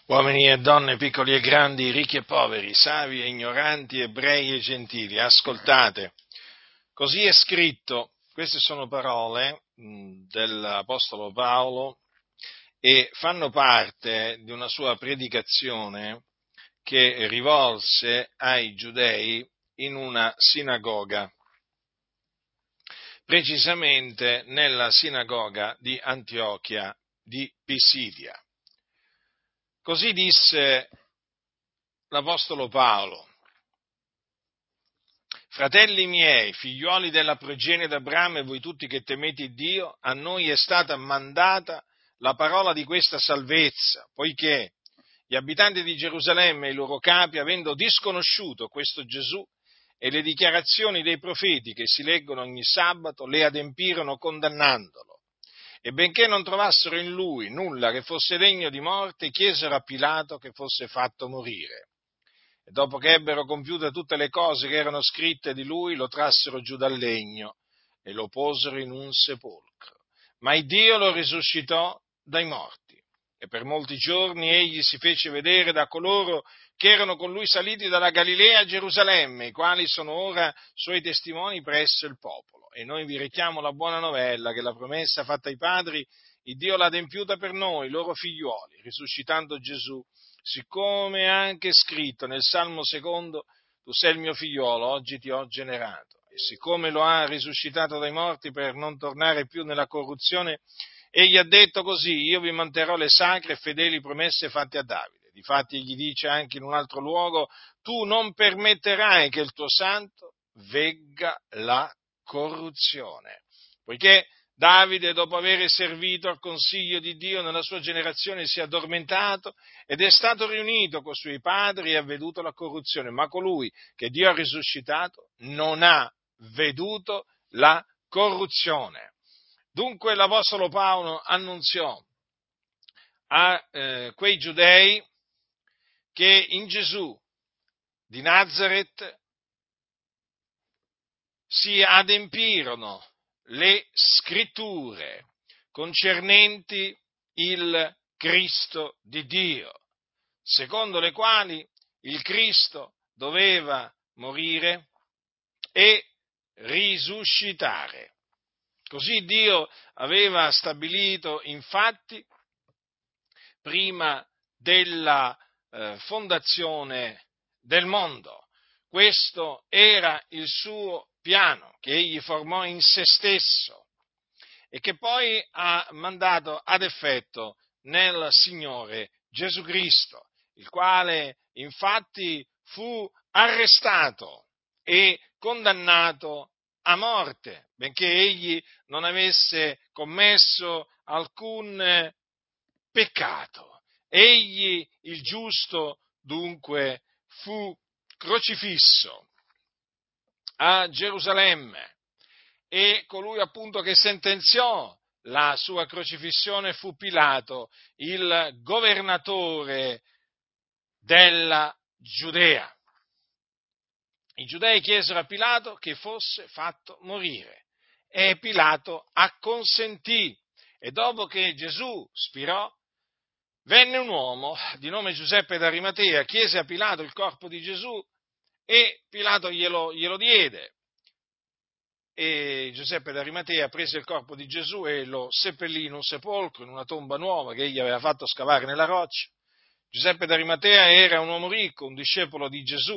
Uomini e donne, piccoli e grandi, ricchi e poveri, savi e ignoranti, ebrei e gentili, ascoltate. Così è scritto, queste sono parole dell'Apostolo Paolo e fanno parte di una sua predicazione che rivolse ai giudei in una sinagoga, precisamente nella sinagoga di Antiochia di Pisidia. Così disse l'Apostolo Paolo: fratelli miei, figliuoli della progenie d'Abramo e voi tutti che temete Dio, a noi è stata mandata la parola di questa salvezza, poiché gli abitanti di Gerusalemme e i loro capi, avendo disconosciuto questo Gesù e le dichiarazioni dei profeti che si leggono ogni sabato, le adempirono condannandolo. E benché non trovassero in lui nulla che fosse degno di morte, chiesero a Pilato che fosse fatto morire. E dopo che ebbero compiute tutte le cose che erano scritte di lui, lo trassero giù dal legno e lo posero in un sepolcro. Ma il Dio lo risuscitò dai morti. E per molti giorni egli si fece vedere da coloro che erano con lui saliti dalla Galilea a Gerusalemme, i quali sono ora suoi testimoni presso il popolo. E noi vi rechiamo la buona novella che la promessa fatta ai padri, il Dio l'ha adempiuta per noi, loro figliuoli, risuscitando Gesù, siccome è anche scritto nel Salmo secondo: tu sei il mio figliolo, oggi ti ho generato. E siccome lo ha risuscitato dai morti per non tornare più nella corruzione, egli ha detto così: io vi manterrò le sacre e fedeli promesse fatte a Davide. Difatti egli dice anche in un altro luogo: tu non permetterai che il tuo santo vegga la corruzione. Poiché Davide, dopo aver servito al consiglio di Dio nella sua generazione, si è addormentato ed è stato riunito con i suoi padri e ha veduto la corruzione, ma colui che Dio ha risuscitato non ha veduto la corruzione. Dunque l'Apostolo Paolo annunziò a quei giudei che in Gesù di Nazaret si adempirono le scritture concernenti il Cristo di Dio, secondo le quali il Cristo doveva morire e risuscitare. Così Dio aveva stabilito, infatti, prima della fondazione del mondo. Questo era il suo piano che egli formò in se stesso e che poi ha mandato ad effetto nel Signore Gesù Cristo, il quale infatti fu arrestato e condannato a morte, benché egli non avesse commesso alcun peccato. Egli, il giusto, dunque, fu crocifisso a Gerusalemme e colui appunto che sentenziò la sua crocifissione fu Pilato, il governatore della Giudea. I giudei chiesero a Pilato che fosse fatto morire e Pilato acconsentì. E dopo che Gesù spirò, venne un uomo di nome Giuseppe d'Arimatea, chiese a Pilato il corpo di Gesù e Pilato glielo diede. E Giuseppe d'Arimatea prese il corpo di Gesù e lo seppellì in un sepolcro, in una tomba nuova che egli aveva fatto scavare nella roccia. Giuseppe d'Arimatea era un uomo ricco, un discepolo di Gesù,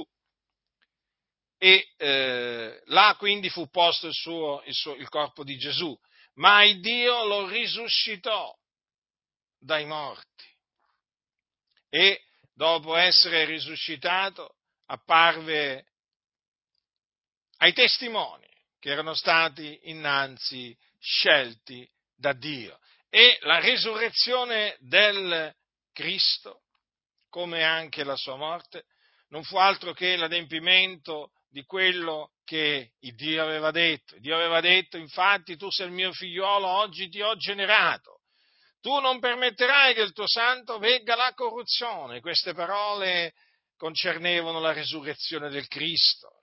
e là quindi fu posto il corpo di Gesù, ma il Dio lo risuscitò dai morti e dopo essere risuscitato apparve ai testimoni che erano stati innanzi scelti da Dio. E la risurrezione del Cristo, come anche la sua morte, non fu altro che l'adempimento di quello che il Dio aveva detto. Dio aveva detto, infatti, tu sei il mio figliolo, oggi ti ho generato. Tu non permetterai che il tuo santo vegga la corruzione. Queste parole concernevano la risurrezione del Cristo.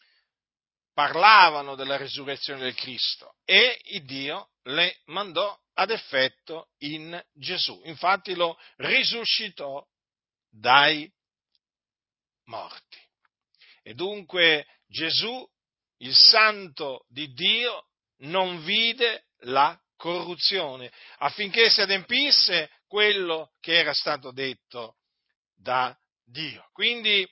Parlavano della risurrezione del Cristo e il Dio le mandò ad effetto in Gesù. Infatti lo risuscitò dai morti. E dunque Gesù, il Santo di Dio, non vide la corruzione, affinché si adempisse quello che era stato detto da Dio. Quindi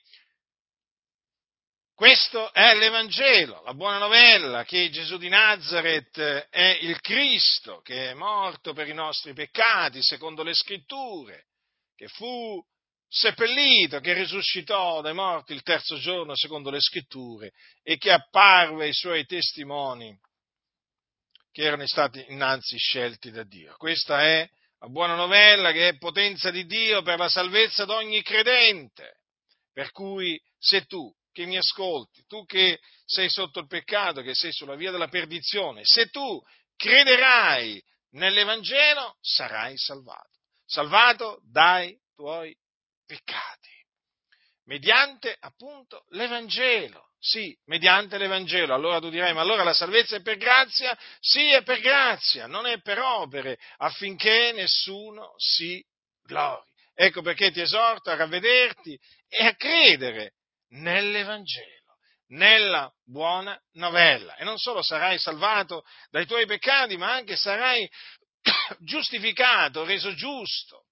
questo è l'Evangelo, la buona novella che Gesù di Nazaret è il Cristo, che è morto per i nostri peccati, secondo le Scritture, che fu seppellito, che risuscitò dai morti il terzo giorno, secondo le Scritture, e che apparve ai suoi testimoni che erano stati innanzi scelti da Dio. Questa è la buona novella che è potenza di Dio per la salvezza di ogni credente. Per cui se tu che mi ascolti, tu che sei sotto il peccato, che sei sulla via della perdizione, se tu crederai nell'Evangelo, sarai salvato dai tuoi peccati. Mediante appunto l'Evangelo. Sì, mediante l'Evangelo. Allora tu dirai, ma allora la salvezza è per grazia? Sì, è per grazia, non è per opere, affinché nessuno si glori. Ecco perché ti esorto a ravvederti e a credere nell'Evangelo, nella buona novella. E non solo sarai salvato dai tuoi peccati, ma anche sarai giustificato, reso giusto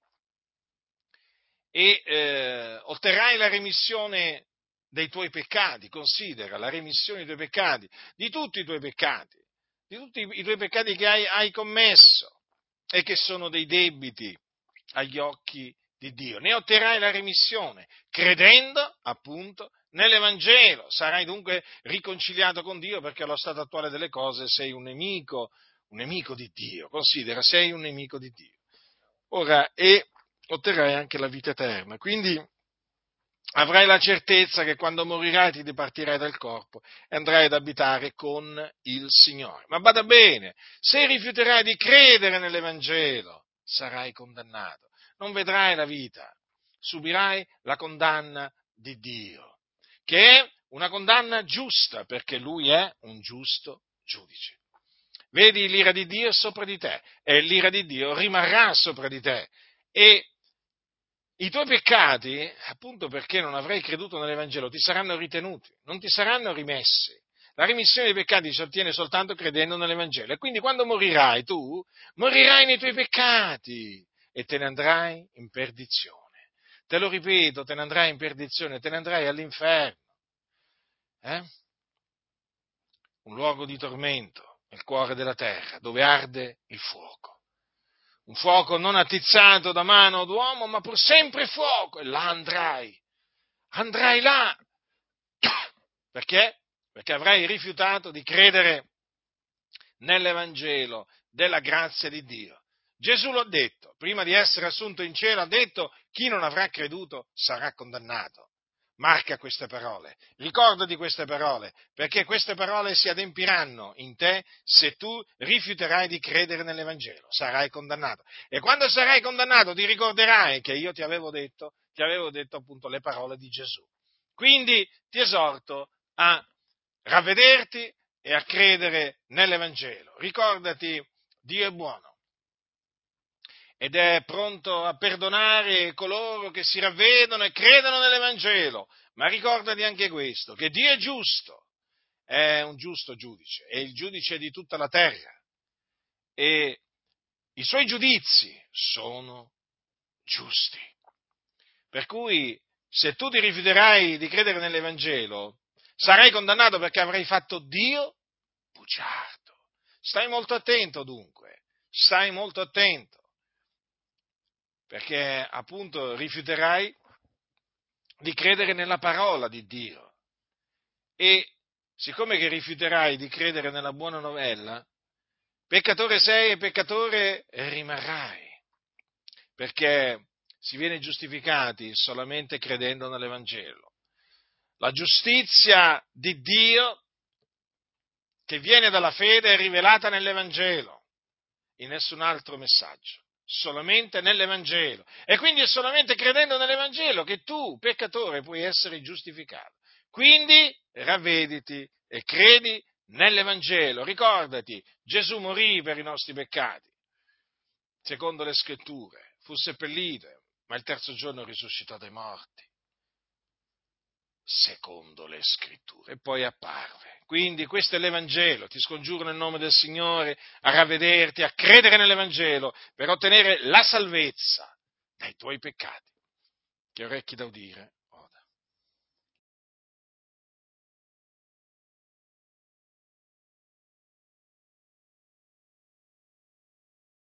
e otterrai la remissione dei tuoi peccati. Considera la remissione dei tuoi peccati, di tutti i tuoi peccati, di tutti i tuoi peccati che hai commesso e che sono dei debiti agli occhi di Dio. Ne otterrai la remissione credendo appunto nell'Evangelo. Sarai dunque riconciliato con Dio, perché allo stato attuale delle cose sei un nemico di Dio. Considera, sei un nemico di Dio. Ora, e otterrai anche la vita eterna. Quindi avrai la certezza che quando morirai ti dipartirai dal corpo e andrai ad abitare con il Signore. Ma bada bene, se rifiuterai di credere nell'Evangelo, sarai condannato. Non vedrai la vita, subirai la condanna di Dio, che è una condanna giusta, perché Lui è un giusto giudice. Vedi, l'ira di Dio è sopra di te e l'ira di Dio rimarrà sopra di te. E i tuoi peccati, appunto perché non avrai creduto nell'Evangelo, ti saranno ritenuti, non ti saranno rimessi. La remissione dei peccati si ottiene soltanto credendo nell'Evangelo. E quindi quando morirai, tu morirai nei tuoi peccati e te ne andrai in perdizione. Te lo ripeto, te ne andrai in perdizione, te ne andrai all'inferno. Un luogo di tormento, nel cuore della terra, dove arde il fuoco. Un fuoco non attizzato da mano d'uomo, ma pur sempre fuoco, e là andrai là. Perché? Perché avrai rifiutato di credere nell'Evangelo della grazia di Dio. Gesù l'ha detto, prima di essere assunto in cielo, ha detto: chi non avrà creduto sarà condannato. Marca queste parole, ricordati queste parole, perché queste parole si adempiranno in te se tu rifiuterai di credere nell'Evangelo, sarai condannato. E quando sarai condannato ti ricorderai che io ti avevo detto appunto le parole di Gesù. Quindi ti esorto a ravvederti e a credere nell'Evangelo. Ricordati, Dio è buono ed è pronto a perdonare coloro che si ravvedono e credono nell'Evangelo. Ma ricordati anche questo, che Dio è giusto, è un giusto giudice, è il giudice di tutta la terra e i suoi giudizi sono giusti. Per cui, se tu ti rifiuterai di credere nell'Evangelo, sarai condannato perché avrai fatto Dio bugiardo. Stai molto attento dunque, stai molto attento, perché appunto rifiuterai di credere nella parola di Dio e siccome che rifiuterai di credere nella buona novella, peccatore sei e peccatore rimarrai, perché si viene giustificati solamente credendo nell'Evangelo. La giustizia di Dio che viene dalla fede è rivelata nell'Evangelo, in nessun altro messaggio, solamente nell'Evangelo. E quindi è solamente credendo nell'Evangelo che tu, peccatore, puoi essere giustificato. Quindi ravvediti e credi nell'Evangelo. Ricordati, Gesù morì per i nostri peccati. secondo le scritture, fu seppellito, ma il terzo giorno risuscitò dai morti, secondo le scritture, e poi apparve. Quindi questo è l'Evangelo, ti scongiuro nel nome del Signore a ravvederti, a credere nell'Evangelo per ottenere la salvezza dai tuoi peccati. Che orecchi da udire